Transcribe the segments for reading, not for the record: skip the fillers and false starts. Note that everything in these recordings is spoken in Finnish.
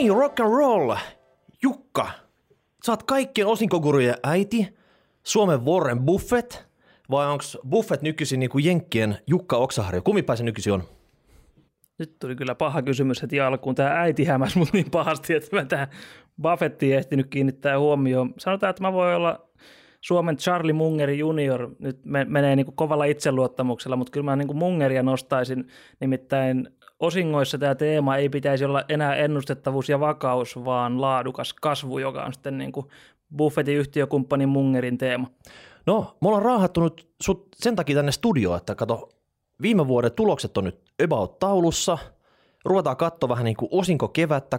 niin, rock and roll. Jukka, sä oot kaikkien osinkogurujen äiti, Suomen Warren Buffett, vai onko Buffett nykyisin niin kuin Jenkkien Jukka Oksaharju? Kummipäin se nykyisin on? Nyt tuli kyllä paha kysymys heti alkuun. Tämä äiti hämäsi mut niin pahasti, että mä tähän Buffettiin ehtinyt kiinnittää huomioon. Sanotaan, että mä voin olla Suomen Charlie Munger junior. Nyt menee niin kuin kovalla itseluottamuksella, mutta kyllä mä niin kuin Mungeria nostaisin. Nimittäin osingoissa tämä teema ei pitäisi olla enää ennustettavuus ja vakaus, vaan laadukas kasvu, joka on sitten niin kuin Buffettin yhtiökumppanin Mungerin teema. No, me ollaan raahattunut sut sen takia tänne studioon, että kato, viime vuoden tulokset on nyt about taulussa. Ruvetaan katsoa vähän niin kuin osinkokevättä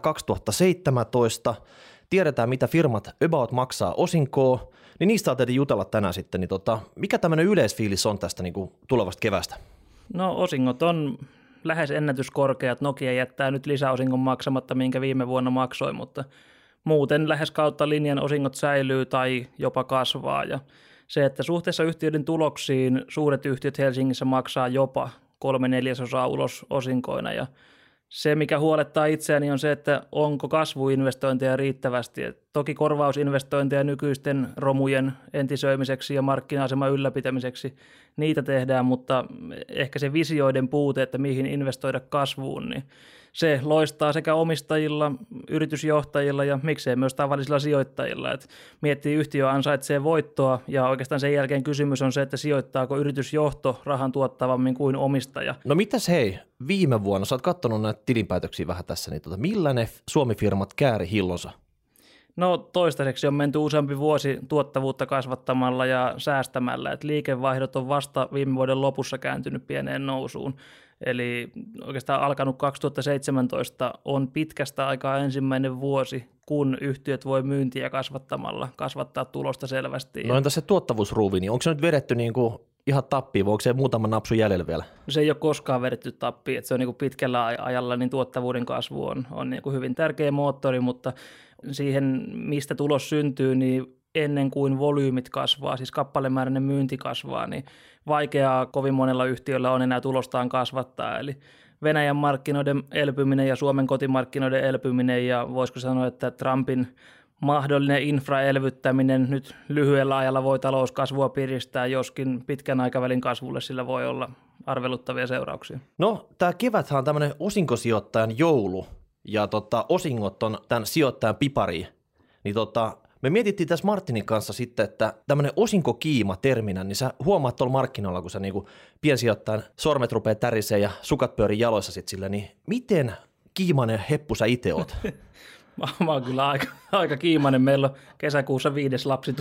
2017. Tiedetään, mitä firmat about maksaa osinkoa. Niin niistä ajateltiin jutella tänään sitten. Niin mikä tämmöinen yleisfiilis on tästä niin kuin tulevasta kevästä? No osingot on lähes ennätyskorkeat. Nokia jättää nyt lisäosingon maksamatta, minkä viime vuonna maksoi, mutta muuten lähes kautta linjan osingot säilyy tai jopa kasvaa. Ja se, että suhteessa yhtiöiden tuloksiin suuret yhtiöt Helsingissä maksaa jopa 3/4 ulos osinkoina. Ja se, mikä huolettaa itseäni, on se, että onko kasvuinvestointeja riittävästi. Et toki korvausinvestointeja nykyisten romujen entisöimiseksi ja markkina-aseman ylläpitämiseksi, niitä tehdään, mutta ehkä se visioiden puute, että mihin investoida kasvuun, niin se loistaa sekä omistajilla, yritysjohtajilla ja miksei myös tavallisilla sijoittajilla. Et miettii, yhtiö ansaitsee voittoa ja oikeastaan sen jälkeen kysymys on se, että sijoittaako yritysjohto rahan tuottavammin kuin omistaja. No mitäs hei, viime vuonna, sä oot katsonut näitä tilinpäätöksiä vähän tässä, niin millä ne Suomi-firmat kääri hillonsa? No toistaiseksi on menty useampi vuosi tuottavuutta kasvattamalla ja säästämällä, että liikevaihdot on vasta viime vuoden lopussa kääntynyt pieneen nousuun. Eli oikeastaan alkanut 2017 on pitkästä aikaa ensimmäinen vuosi, kun yhtiöt voi myyntiä kasvattamalla kasvattaa tulosta selvästi. No entä se tuottavuusruuvi, niin onko se nyt vedetty niin kuin ihan tappiin, vai onko se muutama napsu jäljellä vielä? Se ei ole koskaan vedetty tappiin, että se on niin kuin pitkällä ajalla, niin tuottavuuden kasvu on niin kuin hyvin tärkeä moottori, mutta siihen, mistä tulos syntyy, niin ennen kuin volyymit kasvaa, siis kappalemääräinen myynti kasvaa, niin vaikeaa kovin monella yhtiöllä on enää tulostaan kasvattaa. Eli Venäjän markkinoiden elpyminen ja Suomen kotimarkkinoiden elpyminen ja voisiko sanoa, että Trumpin mahdollinen infraelvyttäminen nyt lyhyellä ajalla voi talouskasvua piristää, joskin pitkän aikavälin kasvulle sillä voi olla arveluttavia seurauksia. No tämä keväthän on tämmöinen osinkosijoittajan joulu ja osingot on tämän sijoittajan pipari, niin me mietittiin tässä Martinin kanssa sitten, että tämmöinen osinkokiima terminä, niin sä huomaat tuolla markkinoilla, kun sä niinku piensijoittajan sormet rupeaa tärisee ja sukat pyörii jaloissa sitten sillä, niin miten kiimainen heppu sä itse oot? Mä oon kyllä aika kiimainen. Meillä on kesäkuussa 5. lapsi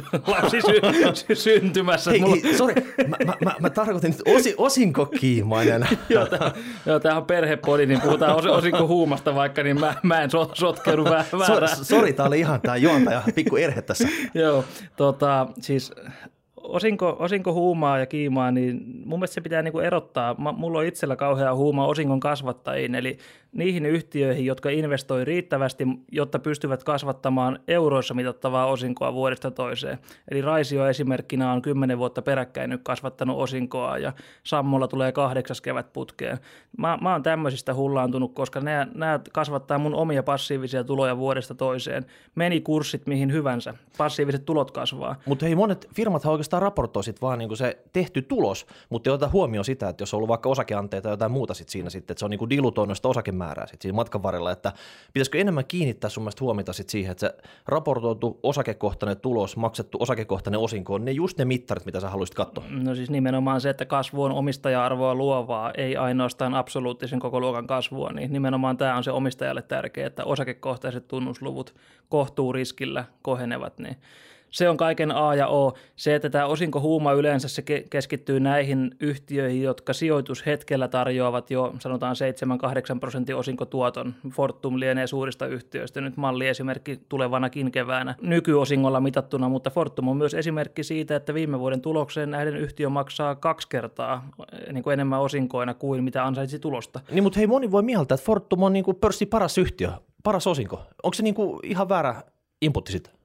syntymässä. Hei, sori, mä tarkoitin nyt osinkokiimainen. Joo, tämä on perhepodi, niin puhutaan osinkohuumasta vaikka, niin mä en sotkeudu väärään. Sori, tää oli ihan tää juontaja, pikku erhe tässä. Joo, siis osinkohuumaa ja kiimaa, niin mun mielestä se pitää niinku erottaa. Mulla on itsellä kauhea huuma osingon kasvattajiin, eli niihin yhtiöihin, jotka investoi riittävästi, jotta pystyvät kasvattamaan euroissa mitattavaa osinkoa vuodesta toiseen. Eli Raisio esimerkkinä on 10 vuotta peräkkäin nyt kasvattanut osinkoa ja Sammolla tulee 8. kevät putkeen. Mä oon tämmöisistä hullaantunut, koska nämä kasvattaa mun omia passiivisia tuloja vuodesta toiseen. Meni kurssit mihin hyvänsä, passiiviset tulot kasvaa. Mutta hei, monet firmat oikeastaan raportoi sit vaan niinku se tehty tulos, mutta ei ota huomioon sitä, että jos on ollut vaikka osakeanteita tai jotain muuta sit siinä sitten, että se on niinku dilutoinut sitä osakemäärää sit siinä matkan varrella, että pitäisikö enemmän kiinnittää sun mielestä huomiota sit siihen, että se raportoitu osakekohtainen tulos, maksettu osakekohtainen osinko on ne just ne mittarit, mitä sä haluaisit katsoa. No siis nimenomaan se, että kasvu on omistaja-arvoa luovaa, ei ainoastaan absoluuttisen koko luokan kasvua, niin nimenomaan tämä on se omistajalle tärkeää, että osakekohtaiset tunnusluvut kohtuuriskillä kohenevat, niin se on kaiken A ja O. Se, että tämä osinkohuuma yleensä se keskittyy näihin yhtiöihin, jotka sijoitushetkellä tarjoavat jo sanotaan 7-8% osinkotuoton. Fortum lienee suurista yhtiöistä, nyt malliesimerkki tulevanakin keväänä nykyosingolla mitattuna, mutta Fortum on myös esimerkki siitä, että viime vuoden tulokseen näiden yhtiö maksaa 2 kertaa niin kuin enemmän osinkoina kuin mitä ansaitsi tulosta. Niin, mutta hei, moni voi mieltää, että Fortum on niin kuin pörssin paras yhtiö, paras osinko. Onko se niin kuin ihan väärä inputti sitten?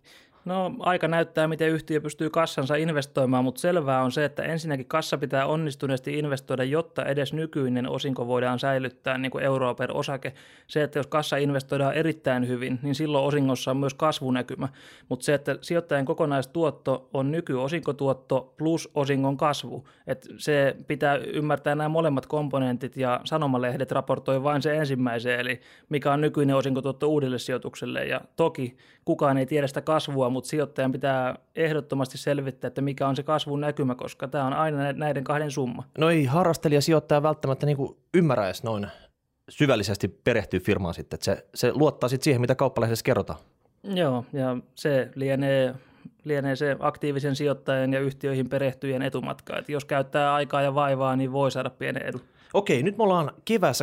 No aika näyttää, miten yhtiö pystyy kassansa investoimaan, mutta selvää on se, että ensinnäkin kassa pitää onnistuneesti investoida, jotta edes nykyinen osinko voidaan säilyttää niin kuin euroa per osake. Se, että jos kassa investoidaan erittäin hyvin, niin silloin osingossa on myös kasvunäkymä, mutta se, että sijoittajan kokonaistuotto on nykyosinkotuotto plus osingon kasvu, että se pitää ymmärtää nämä molemmat komponentit ja sanomalehdet raportoi vain se ensimmäisen, eli mikä on nykyinen osinkotuotto uudelle sijoitukselle ja toki kukaan ei tiedä sitä kasvua, mutta sijoittajan pitää ehdottomasti selvittää, että mikä on se kasvun näkymä, koska tämä on aina näiden kahden summa. No ei harrastelija sijoittaja välttämättä niin kuin ymmärrä edes noin syvällisesti perehtyä firmaan sitten, että se luottaa sitten siihen, mitä kauppalehdessä kerrotaan. Joo, ja se lienee se aktiivisen sijoittajan ja yhtiöihin perehtyjen etumatka, että jos käyttää aikaa ja vaivaa, niin voi saada pienen edun. Okei, nyt me ollaan keväässä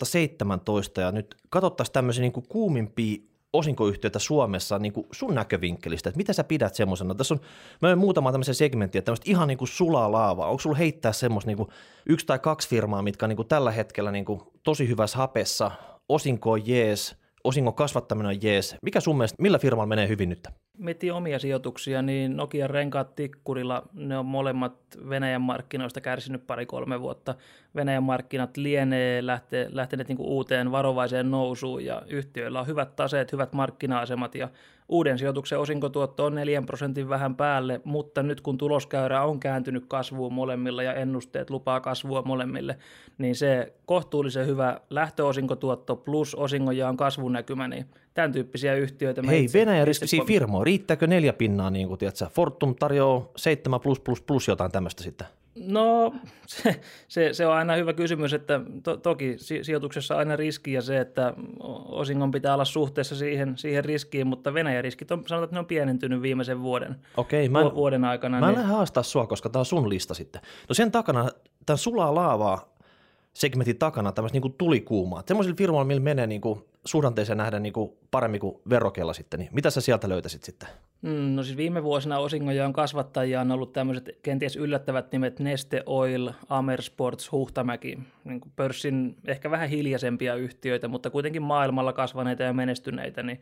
2017 ja nyt katsottaisiin tämmöisiä niin kuin kuumimpia osinkoyhtiöitä Suomessa niin kuin sun näkövinkkelistä, että mitä sä pidät semmoisena? Tässä on muutama tämmöisen segmenttiä, tämmöistä ihan niin kuin sulaa laavaa. Onko sulla heittää semmoista niin kuin 1 tai 2 firmaa, mitkä on niin kuin tällä hetkellä niin kuin tosi hyvässä hapessa, osinko on jees, osingon kasvattaminen on jees. Mikä sun mielestä, millä firmalla menee hyvin nyt? Miettii omia sijoituksia, niin Nokian renkaat tikkurilla, ne on molemmat Venäjän markkinoista kärsinyt 2-3 vuotta. Venäjän markkinat lienee lähteneet niin kuin uuteen varovaiseen nousuun ja yhtiöillä on hyvät taseet, hyvät markkina-asemat ja uuden sijoituksen osinkotuotto on 4% vähän päälle, mutta nyt kun tuloskäyrä on kääntynyt kasvuun molemmilla ja ennusteet lupaa kasvua molemmille, niin se kohtuullisen hyvä lähtöosinkotuotto plus osingonjaan kasvunäkymä, niin tämän tyyppisiä yhtiöitä. Hei, Venäjän riskisiä firmoja, riittääkö 4 pinnaa, niin kuin tiedätkö, Fortum tarjoaa 7+++ jotain tämmöistä sitten? No se on aina hyvä kysymys, että toki sijoituksessa aina riski ja se, että osingon pitää olla suhteessa siihen riskiin, mutta Venäjän riskit on, sanotaan, että ne on pienentynyt viimeisen vuoden aikana. Mä en lähde haastaa sua, koska tämä on sun lista sitten. No sen takana, tämän sulaa laavaa segmentin takana tämmöistä niin tulikuumaa. Semmoisilla firmoilla, millä menee niin kuin suhdanteeseen nähdä niin kuin paremmin kuin verrokeilla sitten, niin mitä sä sieltä löytäisit sitten? No siis viime vuosina osingonjaan kasvattajia on ollut tämmöiset kenties yllättävät nimet Neste Oil, Amersports, Huhtamäki, niin kuin pörssin ehkä vähän hiljaisempia yhtiöitä, mutta kuitenkin maailmalla kasvaneita ja menestyneitä, niin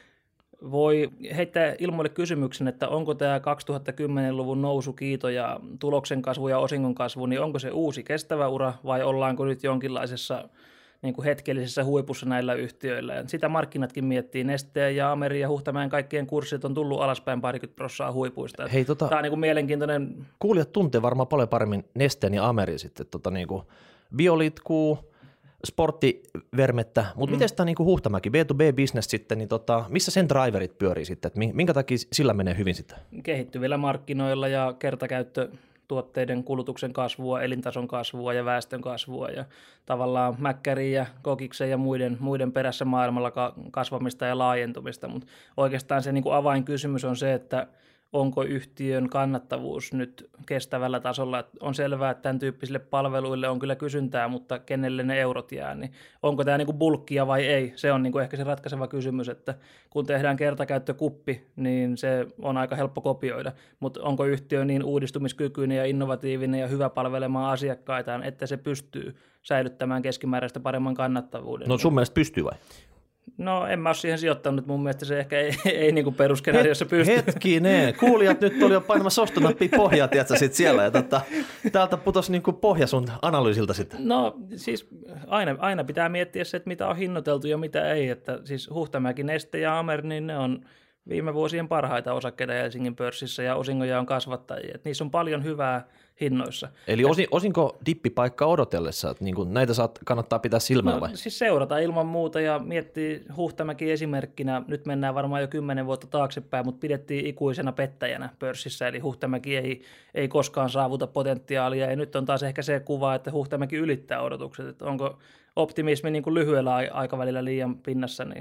voi heittää ilmoille kysymyksen, että onko tämä 2010-luvun nousukiito ja tuloksen kasvu ja osingon kasvu, niin onko se uusi kestävä ura vai ollaanko nyt jonkinlaisessa niin kuin hetkellisessä huipussa näillä yhtiöillä. Ja sitä markkinatkin miettii. Neste ja Ameri ja Huhtamäen kaikkien kurssit on tullut alaspäin 20% huipuista. Hei, tämä on niin kuin mielenkiintoinen. Kuulijat tuntee varmaan paljon paremmin Nesteen ja Amerin sitten. Niin kuin biolitkuu, sporttivermettä, mutta miten tämä niin Huhtamäki, B2B-business sitten, niin missä sen driverit pyörii sitten, että minkä takia sillä menee hyvin sitten? Kehittyvillä markkinoilla ja kertakäyttötuotteiden kulutuksen kasvua, elintason kasvua ja väestön kasvua ja tavallaan Mäkkärin ja Kokiksen ja muiden perässä maailmalla kasvamista ja laajentumista, mutta oikeastaan se niin kuin avainkysymys on se, että onko yhtiön kannattavuus nyt kestävällä tasolla. On selvää, että tämän tyyppisille palveluille on kyllä kysyntää, mutta kenelle ne eurot jää, niin onko tämä niin kuin bulkkia vai ei? Se on niin kuin ehkä se ratkaiseva kysymys, että kun tehdään kertakäyttökuppi, niin se on aika helppo kopioida, mutta onko yhtiö niin uudistumiskykyinen ja innovatiivinen ja hyvä palvelemaan asiakkaitaan, että se pystyy säilyttämään keskimääräistä paremman kannattavuuden? No sun mielestä pystyy vai? No en mä ole siihen sijoittanut, mun mielestä se ehkä ei niin kuin perusskenaariossa pysty. Hetkinen, kuulijat nyt oli jo painamassa ostonappia pohjaa, tiedätkö, sit siellä, ja täältä putosi niin kuin pohja sun analyysiltä sitten. No siis aina pitää miettiä se, että mitä on hinnoiteltu ja mitä ei, että siis Huhtamäki, Neste ja Amer, niin ne on viime vuosien parhaita osakkeita Helsingin pörssissä ja osingoja on kasvattajia, että niissä on paljon hyvää hinnoissa. Eli osinko dippipaikka odotellessa, että niin kuin näitä kannattaa pitää silmällä vai? Siis seurata ilman muuta ja miettii Huhtamäki esimerkkinä, nyt mennään varmaan jo 10 vuotta taaksepäin, mutta pidettiin ikuisena pettäjänä pörssissä, eli Huhtamäki ei koskaan saavuta potentiaalia ja nyt on taas ehkä se kuva, että Huhtamäki ylittää odotukset, että onko optimismi niin kuin lyhyellä aikavälillä liian pinnassa, niin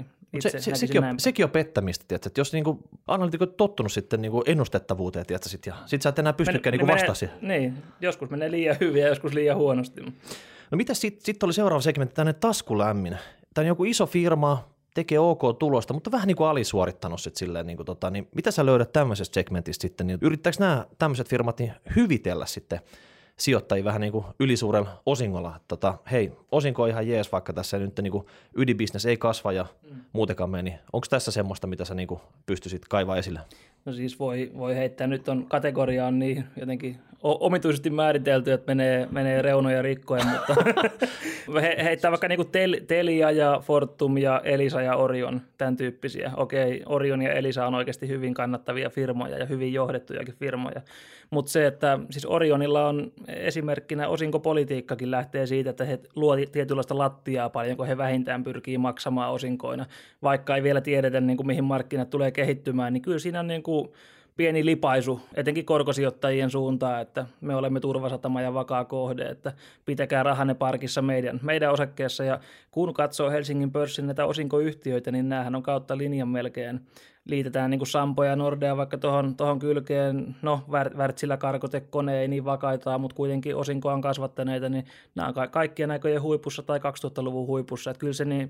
sekin on pettämistä, tiedätkö? Että jos niin analytikot tottunut sitten niin ennustettavuuteen, tiedätkö? Sit sä et enää pystykään niin vastaa siihen. Niin, joskus menee liian hyvin ja joskus liian huonosti. No mitä sitten oli seuraava segmentti, tänne taskulämmin. Tämä on joku iso firma, tekee OK-tulosta, mutta vähän niin kuin alisuorittanut sitten silleen, niin mitä sä löydät tämmöisestä segmentistä sitten, niin yrittääkö nämä tämmöiset firmat niin hyvitellä sitten sijoittajia vähän niin kuin ylisuurella osingolla. Hei, osinko on ihan jees, vaikka tässä nyt niin kuin ydinbusiness ei kasva ja muutenkaan mene. Niin onko tässä semmoista, mitä sä niin kuin pystyisit kaivaa esille? No siis voi heittää, nyt on kategoria on niin jotenkin omituisesti määritelty, että menee reunoja rikkoen, mutta heittää vaikka niinku Telia ja Fortum ja Elisa ja Orion, tämän tyyppisiä. Okei, Orion ja Elisa on oikeasti hyvin kannattavia firmoja ja hyvin johdettujakin firmoja, mutta se, että siis Orionilla on esimerkkinä osinkopolitiikkakin lähtee siitä, että he luo tietynlaista lattiaa paljonko he vähintään pyrkii maksamaan osinkoina, vaikka ei vielä tiedetä niin kuin mihin markkinat tulee kehittymään, niin kyllä siinä on niin kuin pieni lipaisu, etenkin korkosijoittajien suuntaan, että me olemme turvasatama ja vakaa kohde, että pitäkää rahanne parkissa meidän osakkeessa, ja kun katsoo Helsingin pörssin näitä osinkoyhtiöitä, niin näähän on kautta linjan melkein. Liitetään niin kuin Sampo ja Nordea vaikka tuohon kylkeen, no Wärtsilä, Cargotec, Kone ei niin vakaita, mutta kuitenkin osinkoa on kasvattaneita, niin nämä on kaikkien näköjen huipussa tai 2000-luvun huipussa, että kyllä se niin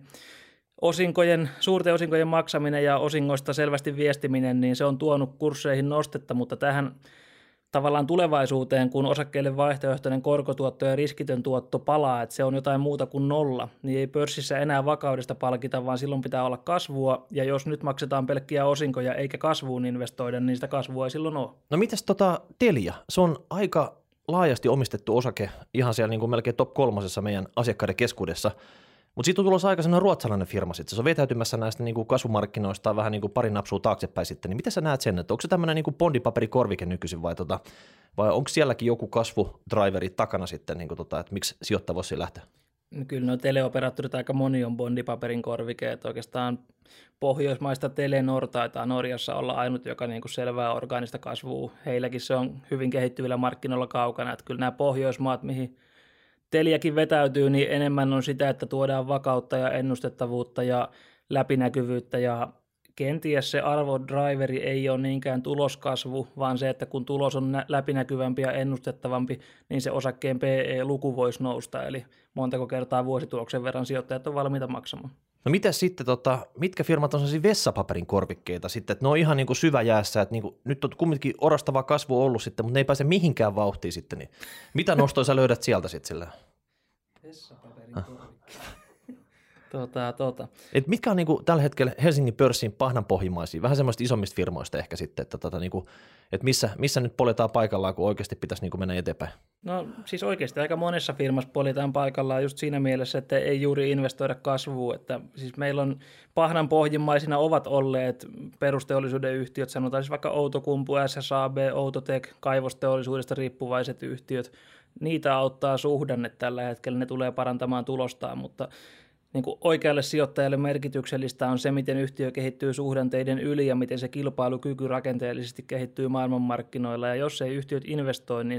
suurten osinkojen maksaminen ja osingoista selvästi viestiminen, niin se on tuonut kursseihin nostetta, mutta tähän tavallaan tulevaisuuteen, kun osakkeille vaihtoehtoinen korkotuotto ja riskitön tuotto palaa, että se on jotain muuta kuin nolla, niin ei pörssissä enää vakaudesta palkita, vaan silloin pitää olla kasvua, ja jos nyt maksetaan pelkkiä osinkoja eikä kasvuun investoida, niin sitä kasvua ei silloin ole. No mitäs Telia? Se on aika laajasti omistettu osake, ihan siellä niin kuin melkein top 3 meidän asiakkaiden keskuudessa. Mutta siitä on tulossa aika sellainen ruotsalainen firma sitten. Se on vetäytymässä näistä niin kuin kasvumarkkinoista vähän niin kuin pari napsua taaksepäin sitten. Niin miten sä näet sen, että onko se tämmöinen niin kuin bondipaperikorvike nykyisin vai onko sielläkin joku kasvudriveri takana sitten, niin kuin että miksi sijoittaja voisi lähteä? No kyllä nuo teleoperaattorit aika moni on bondipaperin korvike, että oikeastaan Pohjoismaista Telenor taitaa Norjassa olla ainut, joka niin kuin selvää orgaanista kasvua. Heilläkin se on hyvin kehittyvillä markkinoilla kaukana, että kyllä nämä Pohjoismaat, mihin Teliakin vetäytyy, niin enemmän on sitä, että tuodaan vakautta ja ennustettavuutta ja läpinäkyvyyttä, ja kenties se arvodriveri ei ole niinkään tuloskasvu, vaan se, että kun tulos on läpinäkyvämpi ja ennustettavampi, niin se osakkeen PE-luku voisi nousta, eli montako kertaa vuosituloksen verran sijoittajat on valmiita maksamaan. No mitä sitten, mitkä firmat on sellaisia vessapaperin korvikkeita sitten, että ne on ihan niin kuin syväjäässä, että niin kuin, nyt on kumminkin orastava kasvu ollut sitten, mutta ne ei pääse mihinkään vauhtiin sitten, niin mitä nostoja sä löydät sieltä sitten sillä? Vessapaperin korvikkeita. Et mitkä on niinku tällä hetkellä Helsingin pörssin pahnanpohjimmaisia, vähän semmoista isommista firmoista ehkä sitten, että niinku, et missä nyt poljetaan paikallaan, kun oikeasti pitäisi niinku mennä eteenpäin? No siis oikeasti aika monessa firmassa poljetaan paikallaan just siinä mielessä, että ei juuri investoida kasvuun, että siis meillä on pahnanpohjimmaisina ovat olleet perusteollisuuden yhtiöt, sanotaan siis vaikka Outokumpu, SSAB, Outotec, kaivosteollisuudesta riippuvaiset yhtiöt, niitä auttaa suhdanne tällä hetkellä, ne tulee parantamaan tulostaan, mutta niin kuin oikealle sijoittajalle merkityksellistä on se, miten yhtiö kehittyy suhdanteiden yli ja miten se kilpailukyky rakenteellisesti kehittyy maailmanmarkkinoilla. Ja jos ei yhtiöt investoi, niin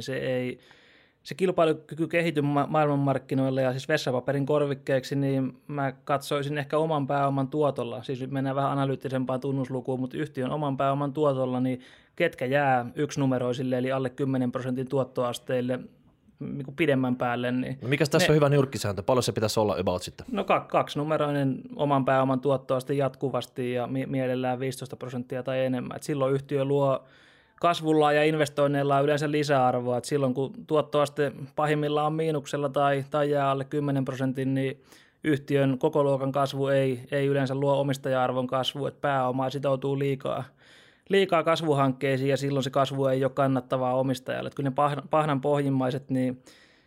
se kilpailukyky kehity maailmanmarkkinoilla ja siis vessapaperin korvikkeeksi, niin mä katsoisin ehkä oman pääoman tuotolla. Siis nyt mennään vähän analyyttisempaan tunnuslukuun, mutta yhtiön oman pääoman tuotolla, niin ketkä jää yksinumeroisille eli alle 10% tuottoasteille niin pidemmän päälle. Niin no mikäs tässä on hyvä nyrkkisääntö? Paljon se pitäisi olla about sitten? No kaksinumeroinen oman pääoman tuottoaste jatkuvasti ja mielellään 15% tai enemmän. Et silloin yhtiö luo kasvulla ja investoinneilla yleensä lisäarvoa. Et silloin kun tuottoaste pahimmillaan on miinuksella tai jää alle 10%, niin yhtiön koko luokan kasvu ei yleensä luo omistaja-arvon kasvua, että pääomaa sitoutuu liikaa kasvuhankkeisiin ja silloin se kasvu ei ole kannattavaa omistajalle. Että kyllä ne pahnan pohjimmaiset, niin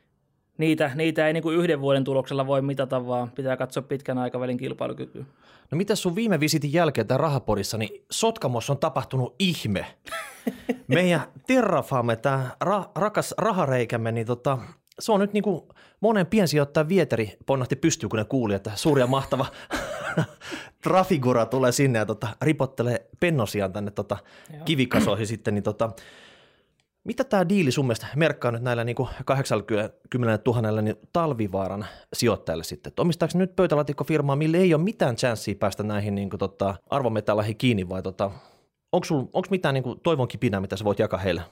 niitä ei niin kuin yhden vuoden tuloksella voi mitata, vaan pitää katsoa pitkän aikavälin kilpailukykyä. No mitäs sun viime visitin jälkeen tämän Rahapodissa, niin Sotkamossa on tapahtunut ihme. Meidän Terrafame, tämä rakas rahareikämme, niin se on nyt niin kuin monen piensijoittajan vieteri ponnahti pystyyn, kun ne kuuli, että suuri ja mahtava Trafigura tulee sinne ja ripottelee pennosiaan tänne kivikasoihin sitten, niin mitä tämä diili sun mielestä merkkaa nyt näillä niin kuin 80 000 niin Talvivaaran sijoittajille sitten? Että omistaako nyt pöytälaatikkofirmaa, millä ei ole mitään chanssiä päästä näihin niin kuin arvometalleihin kiinni vai onko mitään niin kuin toivon kipinää, mitä sä voit jakaa heille?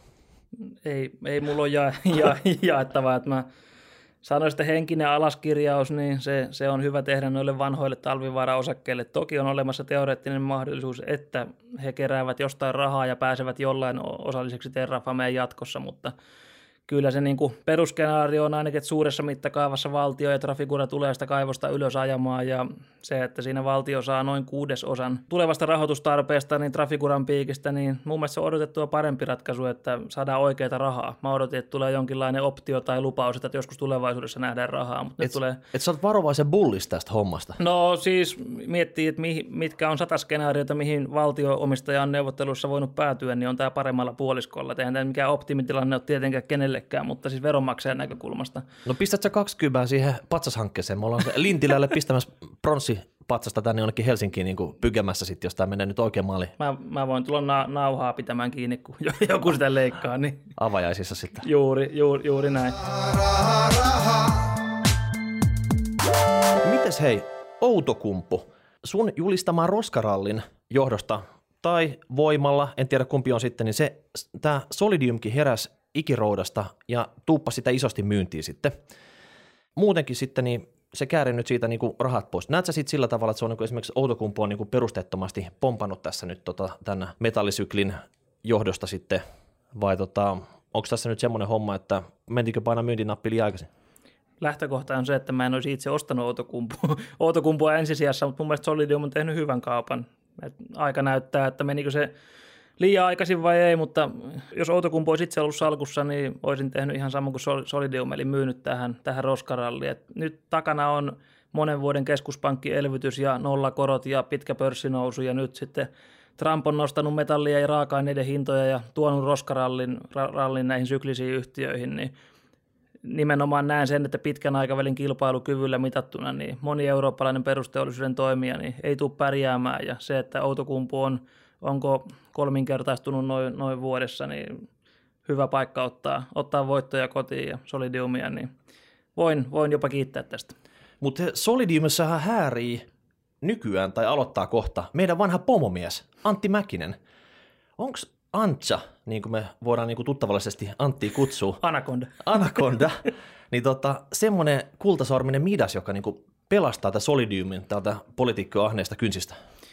Ei mulla ole jaettavaa, että mä sanoisin, että henkinen alaskirjaus, niin se on hyvä tehdä noille vanhoille Talvivaara-osakkeille. Toki on olemassa teoreettinen mahdollisuus, että he keräävät jostain rahaa ja pääsevät jollain osalliseksi Terrafameen jatkossa, mutta kyllä se niin kuin perusskenaario on ainakin, että suuressa mittakaavassa valtio ja Trafigura tulee sitä kaivosta ylös ajamaan ja se, että siinä valtio saa noin 1/6 tulevasta rahoitustarpeesta niin Trafiguran piikistä, niin mun mielestä se on odotettua parempi ratkaisu, että saadaan oikeaa rahaa. Mä odotin, että tulee jonkinlainen optio tai lupaus, että joskus tulevaisuudessa nähdään rahaa. Mutta et sä oot varovaisen bullis tästä hommasta. No siis miettii, että mitkä on 100 skenaarioita, mihin valtio-omistaja on neuvotteluissa voinut päätyä, niin on tämä paremmalla puoliskolla. Eihän tämä mikään optimitilanne ole tietenkään kenellekään, mutta siis veronmaksajan näkökulmasta. No pistät sä 20 siihen patsashankkeeseen? Me ollaan Lintilälle pistämässä pronssipatsasta tänne jonnekin Helsinkiin niin kuin pykemässä sitten, jos tämä menee nyt oikein maaliin. Mä voin tulla nauhaa pitämään kiinni, kun joku sitä leikkaa. Niin. Avajaisissa sitten. Juuri näin. Mites hei, Outokumpu, sun julistamaan roskarallin johdosta tai voimalla, en tiedä kumpi on sitten, niin tämä Solidiumkin heräsi ikiroudasta ja tuuppasi sitä isosti myyntiin sitten. Muutenkin sitten niin se kääri nyt siitä niin kuin rahat pois. Näet sä sitten sillä tavalla, että se on niin kuin esimerkiksi Outokumpu on niin kuin perusteettomasti pompannut tässä nyt tämän metallisyklin johdosta sitten, vai onko tässä nyt semmoinen homma, että mentikö paina myyntinappi liian aikaisin? Lähtökohta on se, että mä en olisi itse ostanut Outokumpua ensisijassa, mutta mun mielestä Solidium on tehnyt hyvän kaupan. Aika näyttää, että menikö se liian aikaisin vai ei, mutta jos Outokumpu olisi itse ollut salkussa, niin olisin tehnyt ihan samoin kuin Solidium, eli myynyt tähän roskaralliin. Nyt takana on monen vuoden keskuspankkielvytys ja nollakorot ja pitkä pörssinousu, ja nyt sitten Trump on nostanut metallia ja raaka-aineiden hintoja ja tuonut roskarallin näihin syklisiin yhtiöihin, niin nimenomaan näen sen, että pitkän aikavälin kilpailukyvyllä mitattuna, niin moni eurooppalainen perusteollisuuden toimija niin ei tule pärjäämään, ja se, että Outokumpu onko kolminkertaistunut noin vuodessa, niin hyvä paikka ottaa voittoja kotiin ja Solidiumia, niin voin jopa kiittää tästä. Mutta Solidiumissahan häärii nykyään tai aloittaa kohta meidän vanha pomomies Antti Mäkinen. Onko Antsa, niin kuin me voidaan niin kuin tuttavallisesti Anttia kutsua? Anaconda. Niin semmoinen kultasorminen midas, joka niin kuin pelastaa tätä Solidiumin tältä poliitikkoahneista kynsistä.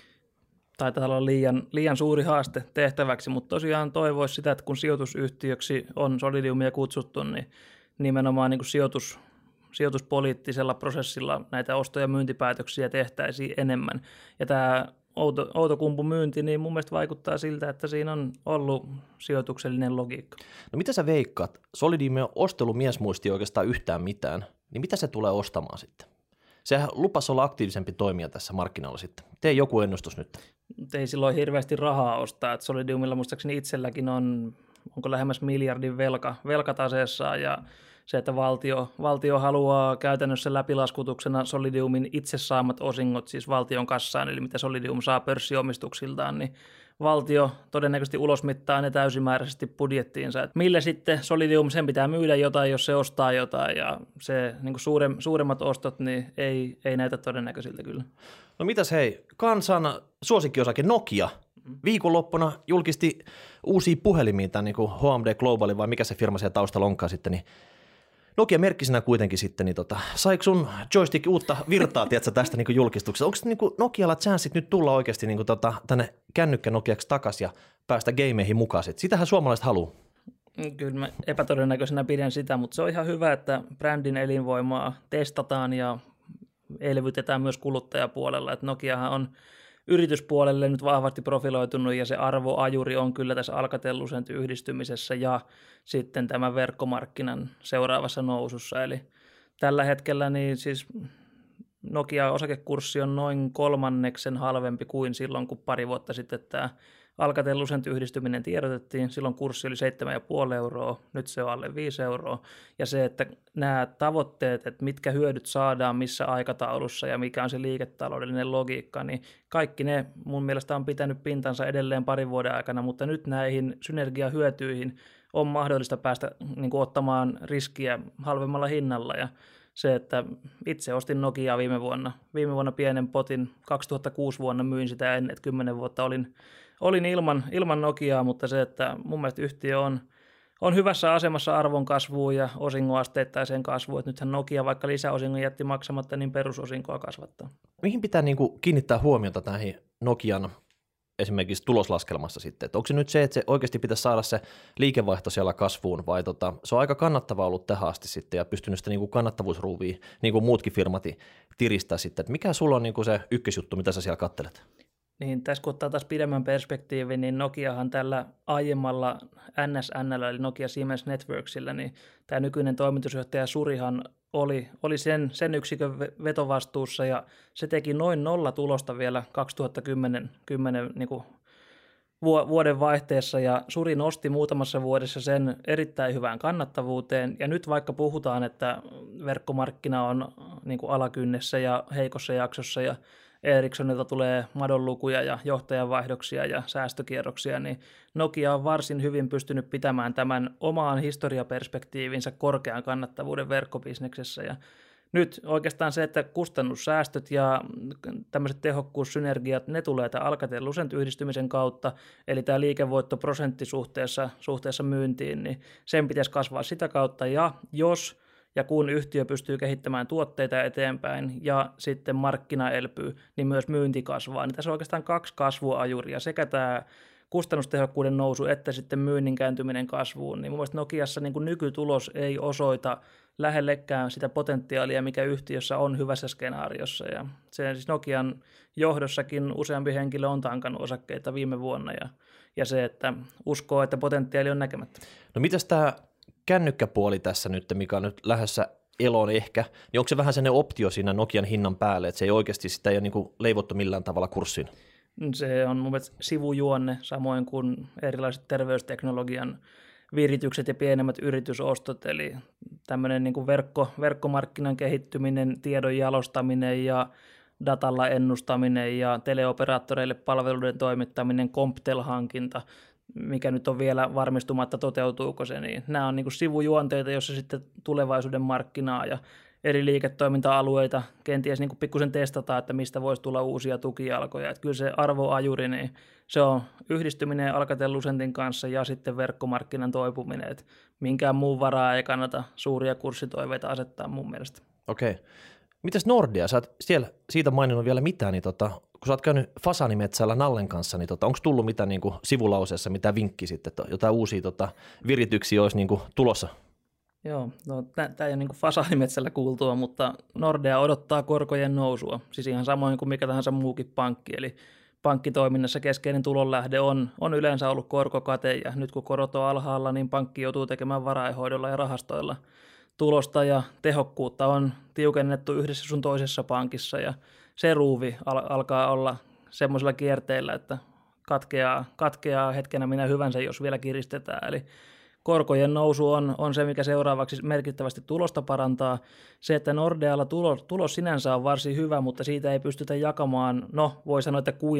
Taitaa olla liian suuri haaste tehtäväksi, mutta tosiaan toivoisi sitä, että kun sijoitusyhtiöksi on Solidiumia kutsuttu, niin nimenomaan niin kuin sijoituspoliittisella prosessilla näitä osto- ja myyntipäätöksiä tehtäisiin enemmän. Ja tämä Outokumpun myynti, niin mun mielestä vaikuttaa siltä, että siinä on ollut sijoituksellinen logiikka. No mitä sä veikkaat? Solidium on ostellut miesmuistia oikeastaan yhtään mitään, niin mitä se tulee ostamaan sitten? Sehän lupasi olla aktiivisempi toimija tässä markkinoilla sitten. Tee joku ennustus nyt. Ei silloin hirveästi rahaa ostaa. Että Solidiumilla muistaakseni itselläkin onko lähemmäs miljardin velkataseessa ja se, että valtio haluaa käytännössä läpilaskutuksena Solidiumin itse saamat osingot, siis valtion kassaan, eli mitä Solidium saa pörssiomistuksiltaan, niin valtio todennäköisesti ulosmittaa ne täysimääräisesti budjettiinsa. Et millä sitten Solidium, sen pitää myydä jotain, jos se ostaa jotain, ja se niin kuin suuremmat ostot niin ei näytä todennäköisiltä kyllä. No mitäs hei, kansan suosikkiosake Nokia viikonloppuna julkisti uusia puhelimia, tämän niin kuin HMD Global, vai mikä se firma siellä taustalla onkaan sitten, niin Nokia-merkkisenä kuitenkin sitten, niin saiko sun joystick uutta virtaa, tiedätkö, tästä niin julkistuksesta? Onko niin Nokialla chanssit nyt tulla oikeasti niin tänne kännykkä-Nokiaksi takaisin ja päästä gameihin mukaan? Sitähän suomalaiset haluaa. Kyllä mä epätodennäköisenä pidän sitä, mutta se on ihan hyvä, että brändin elinvoimaa testataan ja elvytetään myös kuluttajapuolella. Että Nokiahan on yrityspuolelle nyt vahvasti profiloitunut ja se arvoajuri on kyllä tässä Alcatel-Lucent yhdistymisessä ja sitten tämän verkkomarkkinan seuraavassa nousussa. Eli tällä hetkellä niin siis Nokia-osakekurssi on noin 1/3 halvempi kuin silloin, kun pari vuotta sitten tämä Alcatel-Lucent yhdistyminen tiedotettiin. Silloin kurssi oli 7,5 €, nyt se on alle 5 €. Ja se, että nämä tavoitteet, että mitkä hyödyt saadaan missä aikataulussa ja mikä on se liiketaloudellinen logiikka, niin kaikki ne mun mielestä on pitänyt pintansa edelleen parin vuoden aikana, mutta nyt näihin synergiahyötyihin on mahdollista päästä niin kuin ottamaan riskiä halvemmalla hinnalla. Ja se, että itse ostin Nokiaa viime vuonna pienen potin, 2006 vuonna myin sitä ennen, että 10 vuotta olin ilman Nokiaa, mutta se, että mun mielestä yhtiö on hyvässä asemassa arvon kasvuun ja osingonasteittaiseen kasvuun, että nythän Nokia vaikka lisäosingon jätti maksamatta, niin perusosinkoa kasvattaa. Mihin pitää niin kuin kiinnittää huomiota näihin Nokian esimerkiksi tuloslaskelmassa sitten, että onko se nyt se, että se oikeasti pitäisi saada se liikevaihto siellä kasvuun, vai se on aika kannattava ollut tähän asti sitten, ja pystynyt sitä niin kuin kannattavuusruuvia, niin kuin muutkin firmat, tiristää sitten, että mikä sulla on niin kuin se ykkösjuttu, mitä sä siellä kattelet? Niin, tässä kun ottaa taas pidemmän perspektiivin, niin Nokiahan tällä aiemmalla NSN:llä, eli Nokia Siemens Networksillä, niin tämä nykyinen toimitusjohtaja Surihan oli sen yksikön vetovastuussa, ja se teki noin 0 tulosta vielä 2010 niin kuin vuoden vaihteessa, ja Suri nosti muutamassa vuodessa sen erittäin hyvään kannattavuuteen, ja nyt vaikka puhutaan, että verkkomarkkina on niin kuin alakynnessä ja heikossa jaksossa, ja Ericssonilta tulee madonlukuja ja johtajanvaihdoksia ja säästökierroksia, niin Nokia on varsin hyvin pystynyt pitämään tämän omaan historiaperspektiivinsä korkean kannattavuuden verkkobisneksessä. Ja nyt oikeastaan se, että kustannussäästöt ja tämmöiset tehokkuussynergiat, ne tulee tämän Alcatel-Lucent yhdistymisen kautta, eli tämä liikevoittoprosentti suhteessa myyntiin, niin sen pitäisi kasvaa sitä kautta, ja jos ja kun yhtiö pystyy kehittämään tuotteita eteenpäin ja sitten markkina elpyy, niin myös myynti kasvaa. Niin tässä on oikeastaan 2 kasvuajuria, sekä tämä kustannustehokkuuden nousu että sitten myynnin kääntyminen kasvuun. Niin mun mielestä Nokiassa niin kuin nykytulos ei osoita lähellekään sitä potentiaalia, mikä yhtiössä on hyvässä skenaariossa. Ja se siis Nokian johdossakin useampi henkilö on tankannut osakkeita viime vuonna ja se, että uskoo, että potentiaali on näkemättä. No mitäs tämä kännykkäpuoli tässä nyt, mikä on nyt lähdössä eloon ehkä, niin onko se vähän sellainen optio siinä Nokian hinnan päälle, että se ei oikeasti sitä ei ole niin kuin leivottu millään tavalla kurssiin? Se on mun mielestä sivujuonne, samoin kuin erilaiset terveysteknologian viritykset ja pienemmät yritysostot, eli tämmöinen niin kuin verkkomarkkinan kehittyminen, tiedon jalostaminen ja datalla ennustaminen ja teleoperaattoreille palveluiden toimittaminen, Comptel-hankinta, mikä nyt on vielä varmistumatta, toteutuuko se, niin nämä on niin kuin sivujuonteita, joissa sitten tulevaisuuden markkinaa ja eri liiketoiminta-alueita kenties niin kuin pikkusen testataan, että mistä voisi tulla uusia tukijalkoja. Että kyllä se arvoajuri, niin se on yhdistyminen Alcatel-Lucentin kanssa ja sitten verkkomarkkinan toipuminen, että minkään muun varaa ei kannata suuria kurssitoiveita asettaa mun mielestä. Okei. Mitäs Nordea? Sä oot siellä siitä maininnut vielä mitään, niin kun sä oot käynyt Fasanimetsällä Nallen kanssa, niin onko tullut mitään niin kuin sivulauseessa, mitä vinkki sitten, että jotain uusia virityksiä olisi niin kuin tulossa? Joo, no tämä ei ole niin kuin Fasanimetsällä kuultua, mutta Nordea odottaa korkojen nousua, siis ihan samoin kuin mikä tahansa muukin pankki, eli pankkitoiminnassa keskeinen tulonlähde on yleensä ollut korkokate, ja nyt kun korot on alhaalla, niin pankki joutuu tekemään varainhoidolla ja rahastoilla tulosta, ja tehokkuutta on tiukennettu yhdessä sun toisessa pankissa, ja se ruuvi alkaa olla semmoisella kierteellä, että katkeaa hetkenä minä hyvänsä, jos vielä kiristetään. Eli korkojen nousu on se, mikä seuraavaksi merkittävästi tulosta parantaa. Se, että Nordealla tulos sinänsä on varsin hyvä, mutta siitä ei pystytä jakamaan, no voi sanoa, että kuin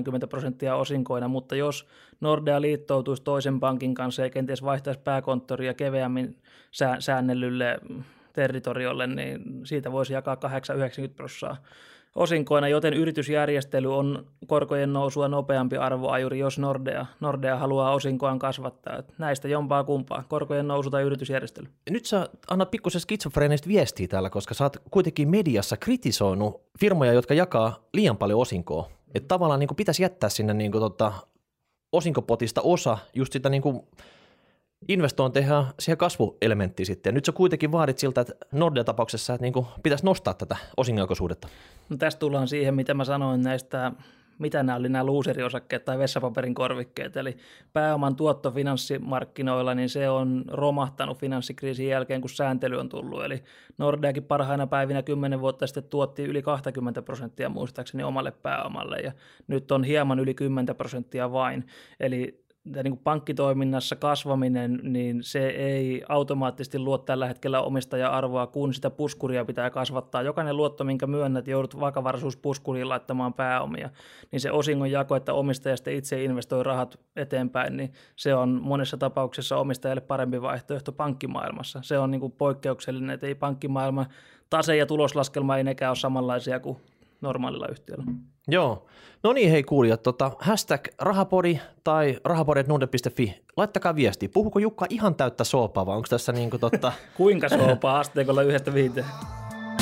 70% osinkoina, mutta jos Nordea liittoutuisi toisen pankin kanssa ja kenties vaihtaisi pääkonttoria keveämmin säännellylle territoriolle, niin siitä voisi jakaa 8-90% osinkoina, joten yritysjärjestely on korkojen nousua nopeampi arvoajuri, jos Nordea haluaa osinkoaan kasvattaa. Että näistä jompaa kumpaa, korkojen nousu tai yritysjärjestely. Nyt sä annat pikkusen skitsofreenistä viestiä täällä, koska sä oot kuitenkin mediassa kritisoinut firmoja, jotka jakaa liian paljon osinkoa. Että tavallaan niin kuin pitäisi jättää sinne niin kuin osinkopotista osa just sitä niin kuin investointeja siihen kasvuelementtiin sitten. Ja nyt sä kuitenkin vaadit siltä, että Nordea-tapauksessa että niin kuin pitäisi nostaa tätä osingonjakoisuudetta. No tästä tullaan siihen, mitä mä sanoin näistä, mitä nämä oli nämä looseriosakkeet tai vessapaperin korvikkeet. Eli pääoman tuotto finanssimarkkinoilla, niin se on romahtanut finanssikriisin jälkeen, kun sääntely on tullut. Eli Nordeakin parhaina päivinä 10 vuotta sitten tuotti yli 20% muistaakseni omalle pääomalle, ja nyt on hieman yli 10% vain. Eli niin kuin pankkitoiminnassa kasvaminen, niin se ei automaattisesti luo tällä hetkellä omistaja-arvoa, kun sitä puskuria pitää kasvattaa. Jokainen luotto, minkä myönnät, joudut vakavaraisuuspuskuriin laittamaan pääomia, niin se osingon jako, että omistaja sitten itse investoi rahat eteenpäin, niin se on monessa tapauksessa omistajalle parempi vaihtoehto pankkimaailmassa. Se on niin kuin poikkeuksellinen, että ei pankkimaailma, tase- ja tuloslaskelma ei nekään ole samanlaisia kuin normaalilla yhtiöllä. Joo. No niin, hei kuulijat, hashtag rahapodi tai rahapodi@nordea.fi. Laittakaa viestiä. Puhuuko Jukka ihan täyttä soopaa vai onko tässä niin kuin Kuinka soopaa asteikolla 1-5?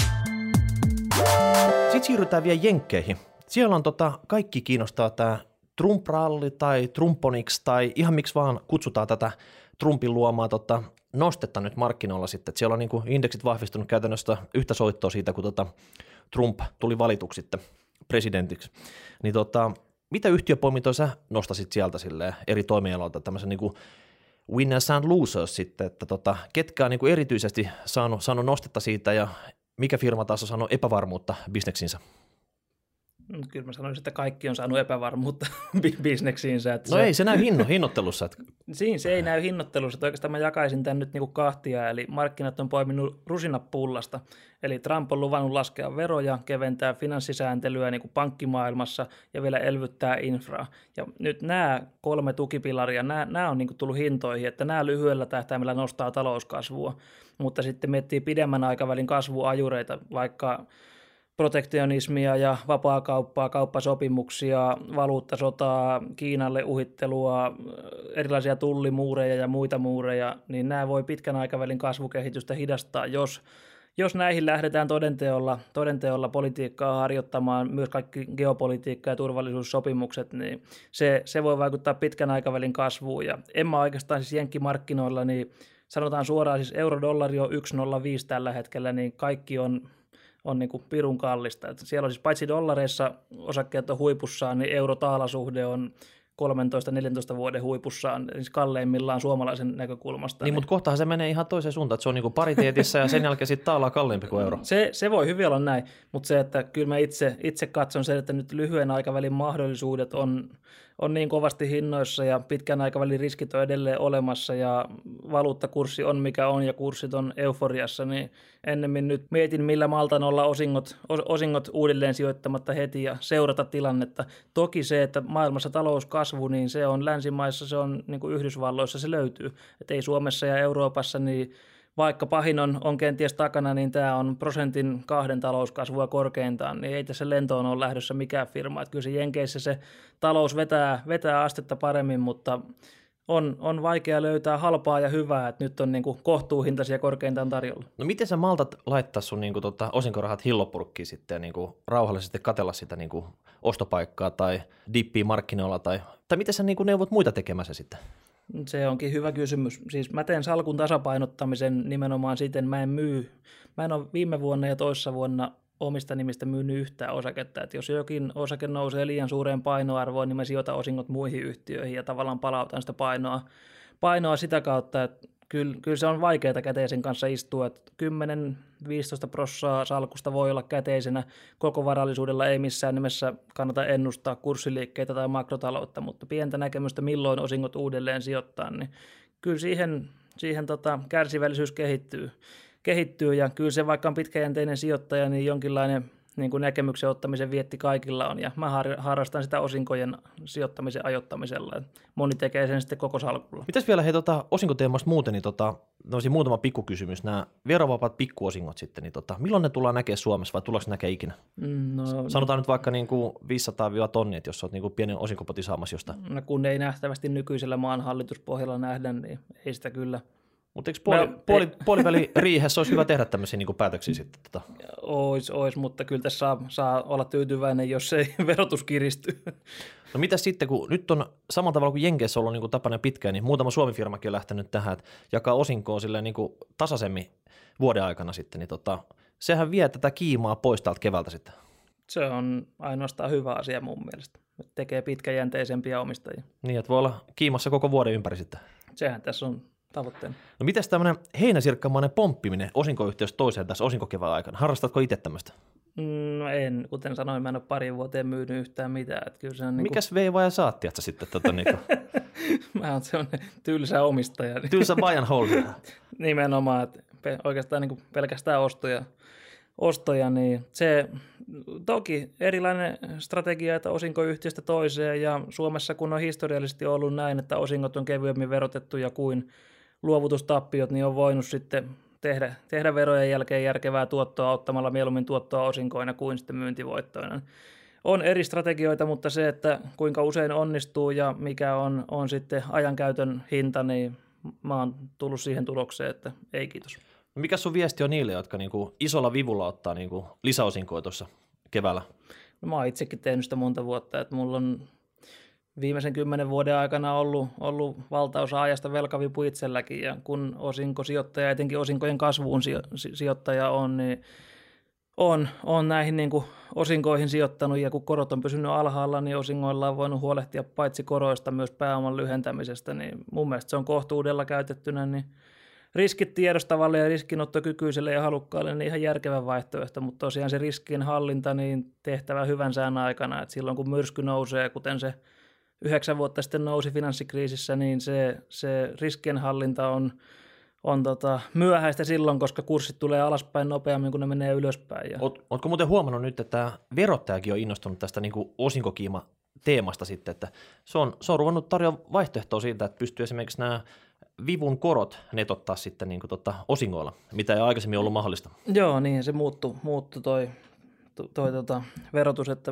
Sitten siirrytään vielä jenkkeihin. Siellä on kaikki kiinnostaa tämä Trump-ralli tai Trumponics tai ihan miksi vaan kutsutaan tätä Trumpin luomaa nostetta nyt markkinoilla sitten, että siellä on niin kuin indeksit vahvistunut käytännössä yhtä soittoa siitä, kun Trump tuli valituksi sitten presidentiksi. Niin mitä yhtiöpoimintoja sä nostasit sieltä silleen eri toimialoilta tämmöisen niin kuin winners and losers sitten, että ketkä on niin kuin erityisesti saanut nostetta siitä ja mikä firma taas on saanut epävarmuutta bisneksinsä? Kyllä mä sanoisin, että kaikki on saanut epävarmuutta bisneksiinsä. Että no ei, se näy hinnoittelussa. Että... Siinä se ei näy hinnoittelussa, että oikeastaan mä jakaisin tämän nyt niin kuin kahtia, eli markkinat on poiminut rusinat pullasta, eli Trump on luvannut laskea veroja, keventää finanssisääntelyä niin kuin pankkimaailmassa ja vielä elvyttää infraa. Ja nyt nämä 3 tukipilaria, nämä on niin kuin tullut hintoihin, että nämä lyhyellä tähtäimellä nostaa talouskasvua, mutta sitten miettii pidemmän aikavälin kasvuajureita, vaikka protektionismia ja vapaakauppaa, kauppasopimuksia, valuuttasotaa, Kiinalle uhittelua, erilaisia tullimuureja ja muita muureja, niin nämä voi pitkän aikavälin kasvukehitystä hidastaa, jos näihin lähdetään todenteolla politiikkaa harjoittamaan, myös kaikki geopolitiikka- ja turvallisuussopimukset, niin se voi vaikuttaa pitkän aikavälin kasvuun. Ja en mä oikeastaan siis jenkkimarkkinoilla, niin sanotaan suoraan, siis euro-dollari on 1,05 tällä hetkellä, niin kaikki on niin kuin pirun kallista. Että siellä on siis paitsi dollareissa osakkeet on huipussaan, niin euro-taalasuhde on 13-14 vuoden huipussaan, siis kalleimmillaan suomalaisen näkökulmasta. Niin, mutta kohtahan se menee ihan toiseen suuntaan, että se on niin kuin pariteetissa ja sen jälkeen sitten taala kalliimpi kuin euro. Se voi hyvin olla näin, mutta se, että kyllä mä itse katson sen, että nyt lyhyen aikavälin mahdollisuudet on niin kovasti hinnoissa ja pitkän aikavälin riskit on edelleen olemassa ja valuuttakurssi on mikä on ja kurssit on euforiassa, niin ennemmin nyt mietin millä maltan olla osingot uudelleen sijoittamatta heti ja seurata tilannetta. Toki se, että maailmassa talouskasvu, niin se on länsimaissa, se on niin kuin Yhdysvalloissa se löytyy, että ei Suomessa ja Euroopassa, niin vaikka pahin on kenties takana, niin tämä on 1%-2% talouskasvua korkeintaan, niin ei tässä lentoon ole lähdössä mikään firma. Että kyllä se Jenkeissä se talous vetää astetta paremmin, mutta on vaikea löytää halpaa ja hyvää, että nyt on niin kuin kohtuuhintaisia korkeintaan tarjolla. No miten sä maltat laittaa sun niin kuin osinkorahat hillopurkkiin sitten ja niin kuin rauhallisesti katsella sitä niin kuin ostopaikkaa tai dippiä markkinoilla tai miten sä niin kuin neuvot muita tekemässä sitten? Se onkin hyvä kysymys. Siis mä teen salkun tasapainottamisen nimenomaan siten, mä en ole viime vuonna ja toissa vuonna omista nimistä myynyt yhtään osaketta. Että jos jokin osake nousee liian suureen painoarvoon, niin mä sijoitan osingot muihin yhtiöihin ja tavallaan palautan sitä painoa sitä kautta, että kyllä se on vaikeaa käteisen kanssa istua, että 10-15% salkusta voi olla käteisenä, koko varallisuudella ei missään nimessä kannata ennustaa kurssiliikkeitä tai makrotaloutta, mutta pientä näkemystä milloin osingot uudelleen sijoittaa, niin kyllä siihen kärsivällisyys kehittyy ja kyllä se vaikka on pitkäjänteinen sijoittaja, niin jonkinlainen niin kuin näkemyksen ottamisen vietti kaikilla on, ja mä harrastan sitä osinkojen sijoittamisen ajoittamisella. Moni tekee sen sitten koko salkulla. Mitäs vielä osinkoteemasta muuten, niin muutama pikkukysymys, nämä verovapaat pikkuosingot sitten, niin milloin ne tullaan näkemään Suomessa vai tullaanko näkemään ikinä? No, sanotaan nyt vaikka niin kuin 500 tonnia, että jos olet niin kuin pienen osinkopoti saamassa jostain. No kun ei nähtävästi nykyisellä maan hallituspohjalla nähdä, niin ei sitä kyllä. Mutta eikö puoliväli riihessä olisi hyvä tehdä tämmöisiä niin kuin päätöksiä sitten? Ois, mutta kyllä tässä saa olla tyytyväinen, jos ei verotus kiristy. No mitä sitten, kun nyt on samalla tavalla kuin Jenkeissä ollut niin kuin tapana pitkään, niin muutama Suomi-firmakin on lähtenyt tähän, että jakaa osinkoa silleen niin kuin tasaisemmin vuoden aikana sitten, niin sehän vie tätä kiimaa pois täältä keväältä sitten. Se on ainoastaan hyvä asia mun mielestä. Tekee pitkäjänteisempiä omistajia. Niin, että voi olla kiimassa koko vuoden ympäri sitten. Sehän tässä on tavoitteena. No mitäs tämmöinen heinäsirkkamainen pomppiminen osinkoyhtiöstä toiseen tässä osinkokevään aikana? Harrastatko itse tämmöistä? No en, kuten sanoin, mä en ole pari vuoteen myynyt yhtään mitään. Että kyllä se on mikäs veiva ja saatti, että sitten Mä oon sellainen tylsä omistaja. Tylsä buy and hold. Nimenomaan, että oikeastaan niin kuin pelkästään ostoja, niin se toki erilainen strategia, että osinkoyhtiöstä toiseen, ja Suomessa kun on historiallisesti ollut näin, että osingot on kevyemmin verotettuja kuin luovutustappiot, niin on voinut sitten tehdä verojen jälkeen järkevää tuottoa ottamalla mieluummin tuottoa osinkoina kuin sitten myyntivoittoina. On eri strategioita, mutta se, että kuinka usein onnistuu ja mikä on sitten ajankäytön hinta, niin mä oon tullut siihen tulokseen, että ei kiitos. Mikä sun viesti on niille, jotka niinku isolla vivulla ottaa niinku lisäosinkoja tuossa keväällä? No, mä oon itsekin tehnyt sitä monta vuotta, että mulla on viimeisen 10 vuoden aikana ollut valtaosa ajasta velkavipu itselläkin, ja kun osinkosijoittaja, etenkin osinkojen kasvuun sijoittaja on, niin on näihin niin kuin osinkoihin sijoittanut, ja kun korot on pysynyt alhaalla, niin osingoilla on voinut huolehtia paitsi koroista myös pääoman lyhentämisestä, niin mun mielestä se on kohtuudella käytettynä, niin riskit tiedostavalle ja riskinottokykyiselle ja halukkaalle niin ihan järkevä vaihtoehto, mutta tosiaan se riskien hallinta niin tehtävä hyvän sään aikana, että silloin kun myrsky nousee, kuten se 9 vuotta sitten nousi finanssikriisissä, niin se riskien hallinta on myöhäistä silloin, koska kurssit tulee alaspäin nopeammin kuin ne menee ylöspäin. Ootko muuten huomannut nyt, että verottajakin on innostunut tästä niin kuin osinkokiima-teemasta sitten, että se on ruvennut tarjoamaan vaihtoehtoa siitä, että pystyy esimerkiksi nämä vivun korot netottaa sitten niin kuin osingoilla, mitä ei aikaisemmin ollut mahdollista. Joo, niin se muuttui toi verotus, että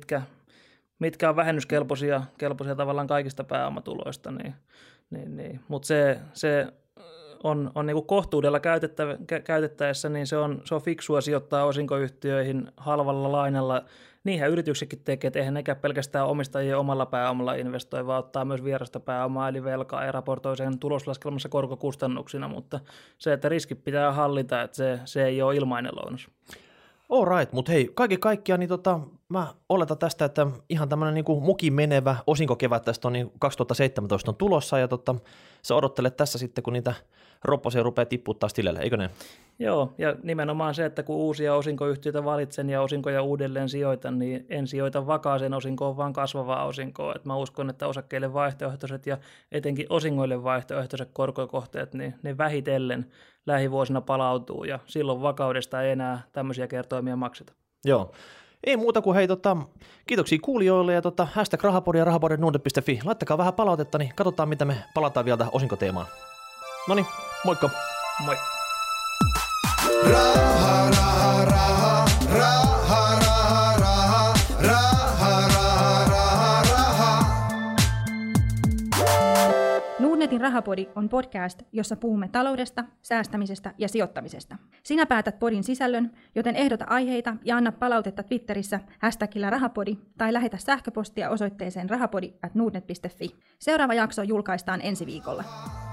mitkä on vähennyskelpoisia tavallaan kaikista pääomatuloista, niin. Mutta se on niin kuin kohtuudella käytettäessä, niin se on fiksua sijoittaa osinkoyhtiöihin halvalla lainalla. Niinhän yrityksetkin tekee, että eihän nekään pelkästään omistajien omalla pääomalla investoi, vaan ottaa myös vierasta pääomaa eli velkaa ja raportoi sen tuloslaskelmassa korkokustannuksina, mutta se, että riskit pitää hallita, että se ei ole ilmainen lounas. All right, mutta hei, kaiken kaikkiaan niin mä oletan tästä, että ihan tämmöinen niin mukin menevä osinkokevät tästä on niin 2017 on tulossa ja sä odottelet tässä sitten, kun niitä ropposia rupeaa tipputtaa tilille, eikö ne? Joo, ja nimenomaan se, että kun uusia osinkoyhtiöitä valitsen ja osinkoja uudelleen sijoitan, niin en sijoita vakaaseen osinkoon, vaan kasvavaa osinkoa. Et mä uskon, että osakkeille vaihtoehtoiset ja etenkin osingoille vaihtoehtoiset korkokohteet, niin ne vähitellen lähivuosina palautuu ja silloin vakaudesta ei enää tämmöisiä kertoimia makseta. Joo. Ei muuta kuin hei, kiitoksia kuulijoille ja #rahapodi ja rahapodi.nuudet.fi. Laittakaa vähän palautetta, niin katsotaan, mitä me palataan vielä tähän osinkoteemaan. Noniin, moikka! Moi! Raha, raha, raha, raha, raha, raha, raha, raha, raha. Nordnetin Rahapodi on podcast, jossa puhumme taloudesta, säästämisestä ja sijoittamisesta. Sinä päätät podin sisällön, joten ehdota aiheita ja anna palautetta Twitterissä #rahapodi tai lähetä sähköpostia osoitteeseen rahapodi@nordnet.fi. Seuraava jakso julkaistaan ensi viikolla.